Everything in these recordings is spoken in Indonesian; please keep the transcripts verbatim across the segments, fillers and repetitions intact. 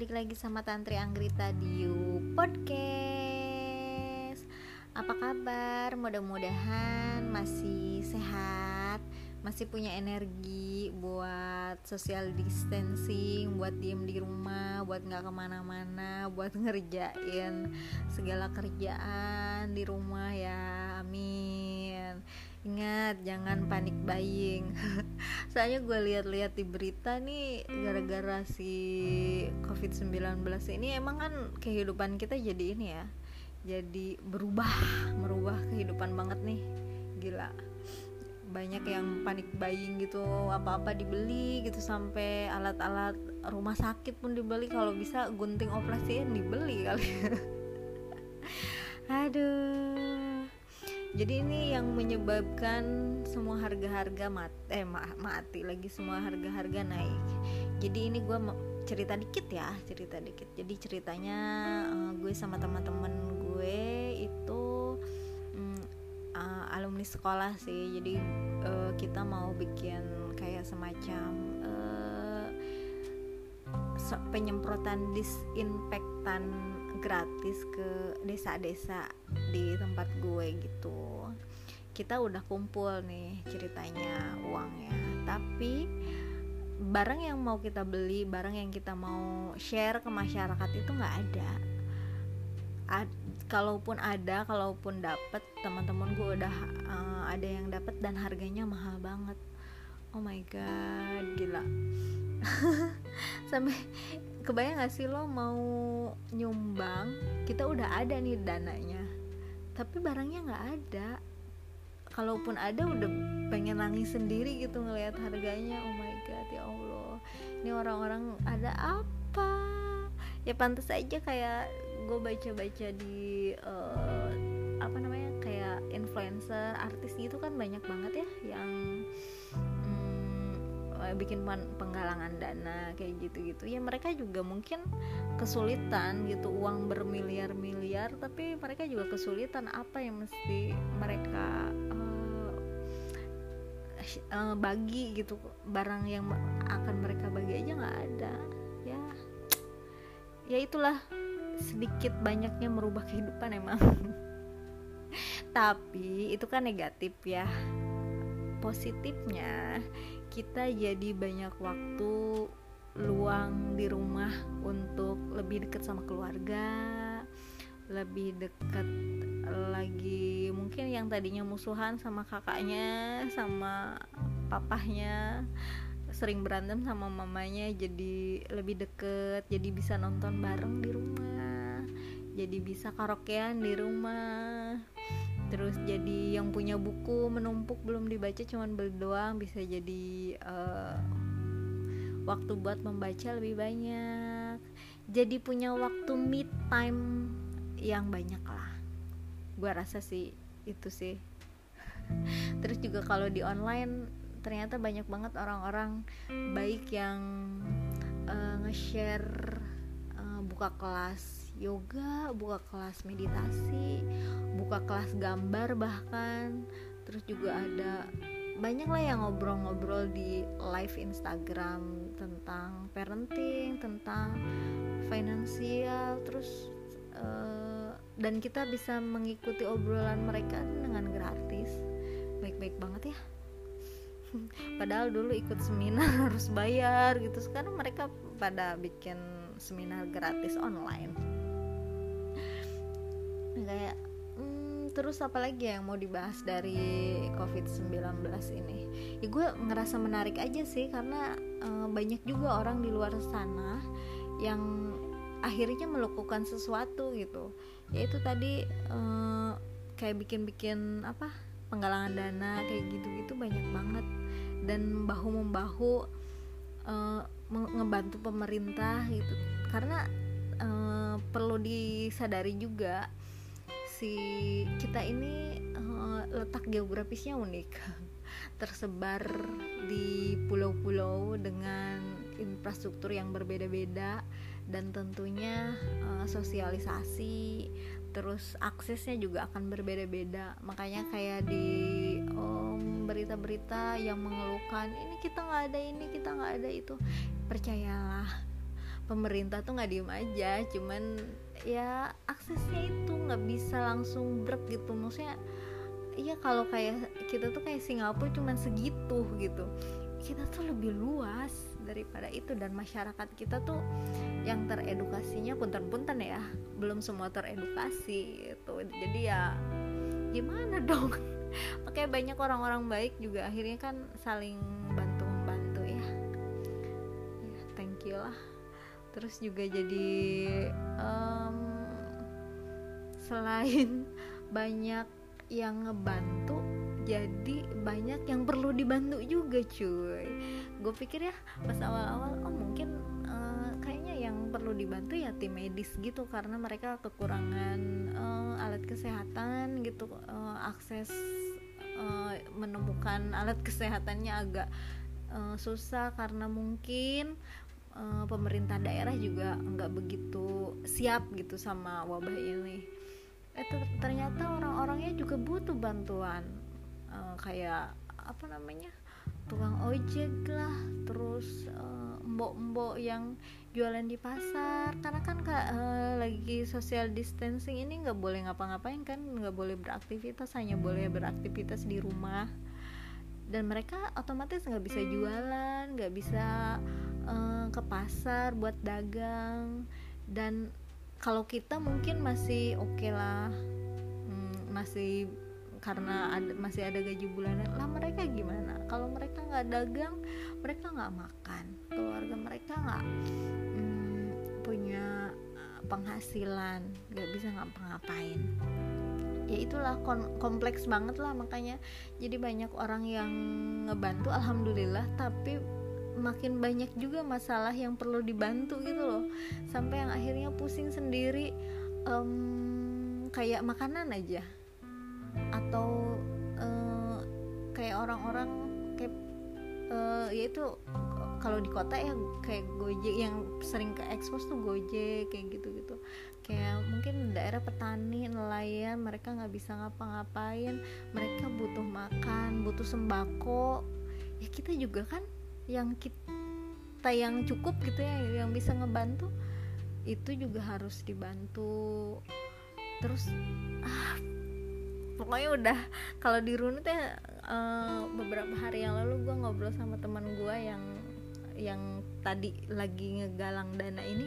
balik lagi sama Tantri Anggrita di You Podcast. Apa kabar? Mudah-mudahan masih sehat, masih punya energi buat social distancing, buat diem di rumah, buat gak kemana-mana, buat ngerjain segala kerjaan di rumah ya, amin. Ingat, jangan panik buying. Soalnya gue lihat-lihat di berita nih, gara-gara si covid sembilan belas ini emang kan kehidupan kita jadi ini ya, jadi berubah, merubah kehidupan banget nih. Gila, banyak yang panik buying gitu, apa-apa dibeli gitu, sampai alat-alat rumah sakit pun dibeli. Kalau bisa gunting operasiin dibeli kali. Aduh. Jadi ini yang menyebabkan semua harga-harga mati, eh ma- mati lagi, semua harga-harga naik. Jadi ini gue cerita dikit ya, cerita dikit. Jadi ceritanya uh, gue sama teman-teman gue itu um, uh, alumni sekolah sih. Jadi uh, kita mau bikin kayak semacam uh, penyemprotan disinfektan gratis ke desa-desa di tempat gue gitu. Kita udah kumpul nih ceritanya uangnya, tapi barang yang mau kita beli, barang yang kita mau share ke masyarakat itu nggak ada. Ad, kalaupun ada, kalaupun dapet, teman-teman gue udah uh, ada yang dapet dan harganya mahal banget. Oh my god, gila. Sampai kebayang gak sih lo mau nyumbang, kita udah ada nih dananya, tapi barangnya gak ada. Kalaupun ada udah pengen nangis sendiri gitu ngelihat harganya. Oh my god, ya Allah, ini orang-orang ada apa? Ya pantas aja kayak gue baca-baca di uh, apa namanya, kayak influencer, artis gitu kan banyak banget ya yang bikin penggalangan dana kayak gitu-gitu ya. Mereka juga mungkin kesulitan gitu, uang bermiliar-miliar, tapi mereka juga kesulitan apa yang mesti mereka uh, uh, bagi gitu. Barang yang akan mereka bagi aja nggak ada ya. Ya itulah, sedikit banyaknya merubah kehidupan emang. Tapi itu kan negatif ya. Positifnya kita jadi banyak waktu luang di rumah untuk lebih dekat sama keluarga, lebih dekat lagi mungkin yang tadinya musuhan sama kakaknya, sama papahnya, sering berantem sama mamanya, jadi lebih deket, jadi bisa nonton bareng di rumah, jadi bisa karaokean di rumah. Terus jadi yang punya buku menumpuk belum dibaca, cuman beli doang, bisa jadi uh, waktu buat membaca lebih banyak. Jadi punya waktu me time yang banyak lah. Gue rasa sih itu sih. Terus juga kalau di online ternyata banyak banget orang-orang baik yang uh, nge-share uh, buka kelas yoga, buka kelas meditasi, buka kelas gambar bahkan. Terus juga ada banyak lah yang ngobrol-ngobrol di live Instagram tentang parenting, tentang finansial. Terus uh, dan kita bisa mengikuti obrolan mereka dengan gratis. Baik-baik banget ya. Padahal dulu ikut seminar harus bayar gitu. Sekarang mereka pada bikin seminar gratis online. Kayak hmm, terus apa lagi yang mau dibahas dari covid sembilan belas ini? Ya gue ngerasa menarik aja sih, karena e, banyak juga orang di luar sana yang akhirnya melakukan sesuatu gitu. Yaitu tadi e, kayak bikin-bikin apa, penggalangan dana kayak gitu-gitu banyak banget, dan bahu-membahu e, ngebantu pemerintah gitu. Karena e, perlu disadari juga, si kita ini uh, letak geografisnya unik, tersebar di pulau-pulau dengan infrastruktur yang berbeda-beda, dan tentunya uh, sosialisasi, terus aksesnya juga akan berbeda-beda. Makanya kayak di um, berita-berita yang mengeluhkan ini kita nggak ada ini, kita nggak ada itu, percayalah pemerintah tuh nggak diem aja, cuman ya aksesnya itu nggak bisa langsung brek gitu. Maksudnya iya, kalau kayak kita tuh kayak Singapura cuman segitu gitu, kita tuh lebih luas daripada itu. Dan masyarakat kita tuh yang teredukasinya punten-punten ya, belum semua teredukasi gitu. Jadi ya gimana dong. Makanya banyak orang-orang baik juga akhirnya kan saling bantu-membantu ya. Ya thank you lah. Terus juga jadi um, selain banyak yang ngebantu, jadi banyak yang perlu dibantu juga cuy. Gue pikir ya pas awal-awal oh mungkin uh, kayaknya yang perlu dibantu ya tim medis gitu, karena mereka kekurangan uh, alat kesehatan gitu, uh, akses uh, menemukan alat kesehatannya agak uh, susah karena mungkin uh, pemerintah daerah juga nggak begitu siap gitu sama wabah ini. Itu ternyata orang-orangnya juga butuh bantuan, uh, kayak apa namanya, tukang ojek lah, terus uh, mbok-mbok yang jualan di pasar, karena kan kak, uh, lagi social distancing ini nggak boleh ngapa-ngapain kan, nggak boleh beraktivitas, hanya boleh beraktivitas di rumah. Dan mereka otomatis nggak bisa jualan, nggak bisa uh, ke pasar buat dagang. Dan kalau kita mungkin masih oke okay lah, hmm, masih karena ada, masih ada gaji bulanan lah. Mereka gimana? Kalau mereka nggak dagang, mereka nggak makan, keluarga mereka nggak hmm, punya penghasilan, nggak bisa ngapa-ngapain. Ya itulah kompleks banget lah, makanya jadi banyak orang yang ngebantu alhamdulillah, tapi makin banyak juga masalah yang perlu dibantu gitu loh, sampai yang akhirnya pusing sendiri. Um, kayak makanan aja, atau uh, kayak orang-orang kayak uh, ya itu kalau di kota ya kayak Gojek yang sering ke expose tuh, Gojek kayak gitu-gitu. Kayak mungkin daerah petani, nelayan, mereka nggak bisa ngapa-ngapain, mereka butuh makan, butuh sembako. Ya kita juga kan yang kita yang cukup gitu ya, yang bisa ngebantu, itu juga harus dibantu. Terus ah pokoknya udah, kalau di runut ya uh, beberapa hari yang lalu gue ngobrol sama teman gue yang yang tadi lagi ngegalang dana ini,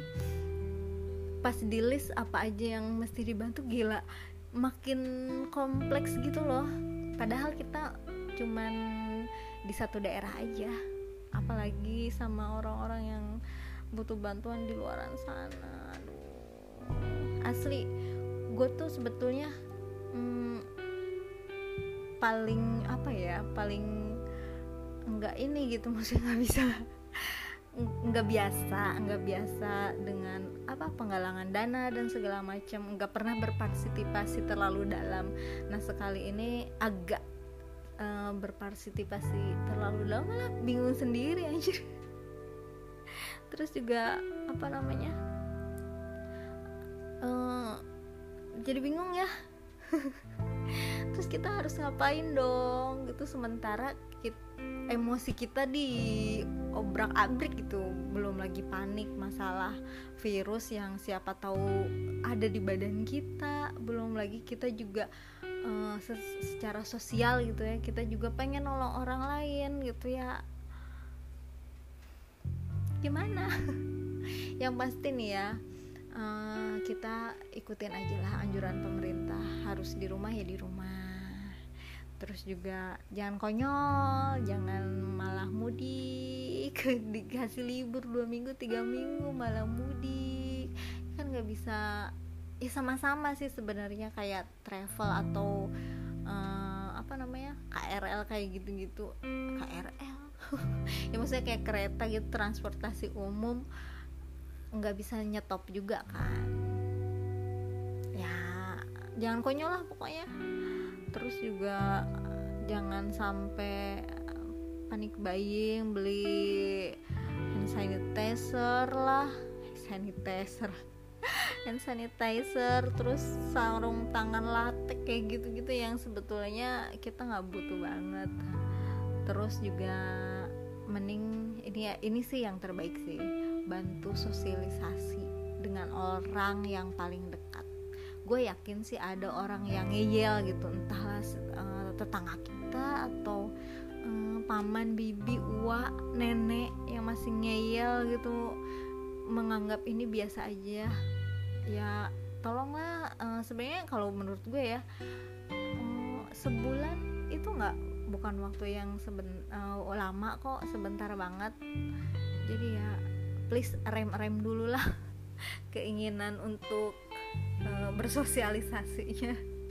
pas di list apa aja yang mesti dibantu, gila makin kompleks gitu loh. Padahal kita cuman di satu daerah aja, apalagi sama orang-orang yang butuh bantuan di luaran sana. Aduh, asli gue tuh sebetulnya hmm, paling apa ya, paling enggak ini gitu, maksudnya nggak bisa, nggak biasa, nggak biasa dengan apa penggalangan dana dan segala macam, nggak pernah berpartisipasi terlalu dalam. Nah sekali ini agak uh, berpartisipasi terlalu dalam, malah bingung sendiri anjir. Terus juga apa namanya, uh, jadi bingung ya. Terus kita harus ngapain dong gitu, sementara kita, emosi kita di obrak-abrik gitu, belum lagi panik masalah virus yang siapa tahu ada di badan kita, belum lagi kita juga uh, secara sosial gitu ya, kita juga pengen nolong orang lain gitu ya. Gimana? Yang pasti nih ya, Uh, kita ikutin aja lah anjuran pemerintah, harus di rumah ya di rumah. Terus juga jangan konyol, jangan malah mudik, dikasih libur dua minggu tiga minggu malah mudik, kan nggak bisa. Ya sama-sama sih sebenarnya, kayak travel atau uh, apa namanya K R L kayak gitu-gitu. K R L ya maksudnya kayak kereta gitu, transportasi umum, nggak bisa nyetop juga kan ya. Jangan konyol lah pokoknya. Terus juga jangan sampai panik buying, beli hand sanitizer lah sanitizer hand sanitizer, terus sarung tangan latex kayak gitu-gitu yang sebetulnya kita nggak butuh banget. Terus juga mending ini ya, ini sih yang terbaik sih, bantu sosialisasi dengan orang yang paling dekat. Gue yakin sih ada orang yang ngeyel gitu, entahlah uh, tetangga kita atau um, paman, bibi, uwa, nenek yang masih ngeyel gitu, menganggap ini biasa aja. Ya tolonglah, uh, sebenarnya kalau menurut gue ya, um, sebulan itu nggak bukan waktu yang seben, uh, lama kok, sebentar banget. Jadi ya please rem-rem dulu lah keinginan untuk uh, bersosialisasinya.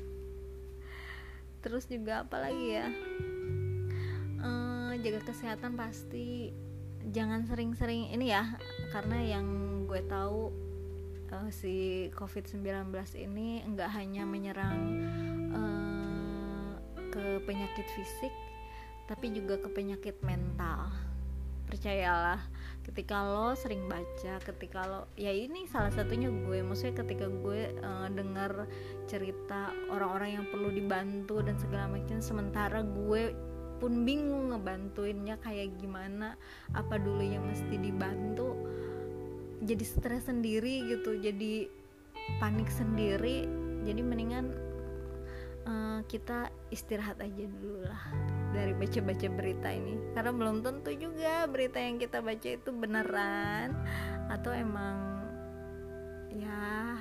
Terus juga apa lagi ya, uh, jaga kesehatan pasti, jangan sering-sering ini ya, karena yang gue tahu uh, si covid sembilan belas ini enggak hanya menyerang uh, ke penyakit fisik, tapi juga ke penyakit mental. Percayalah, ketika lo sering baca, ketika lo, ya ini salah satunya gue, maksudnya ketika gue uh, dengar cerita orang-orang yang perlu dibantu dan segala macam, sementara gue pun bingung ngebantuinnya kayak gimana, apa dulu yang mesti dibantu, jadi stres sendiri gitu, jadi panik sendiri. Jadi mendingan uh, kita istirahat aja dulu lah dari baca-baca berita ini, karena belum tentu juga berita yang kita baca itu beneran atau emang ya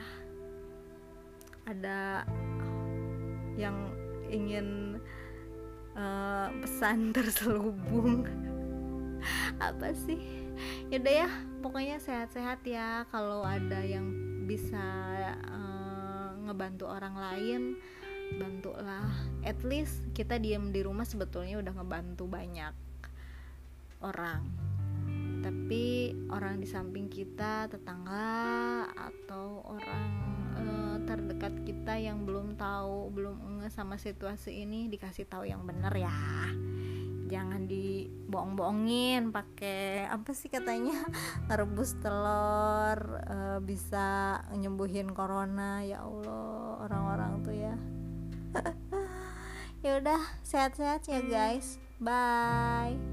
ada yang ingin uh, pesan terselubung. Apa sih? Yaudah ya, pokoknya sehat-sehat ya. Kalau ada yang bisa uh, ngebantu orang lain, bantulah. At least kita diam di rumah sebetulnya udah ngebantu banyak orang. Tapi orang di samping kita, tetangga atau orang uh, terdekat kita yang belum tahu, belum ngeh sama situasi ini, dikasih tahu yang benar ya. Jangan dibohong-bohongin pakai apa sih katanya, rebus telur uh, bisa nyembuhin corona. Ya Allah, orang-orang tuh ya. Ya udah, sehat-sehat ya guys. Bye.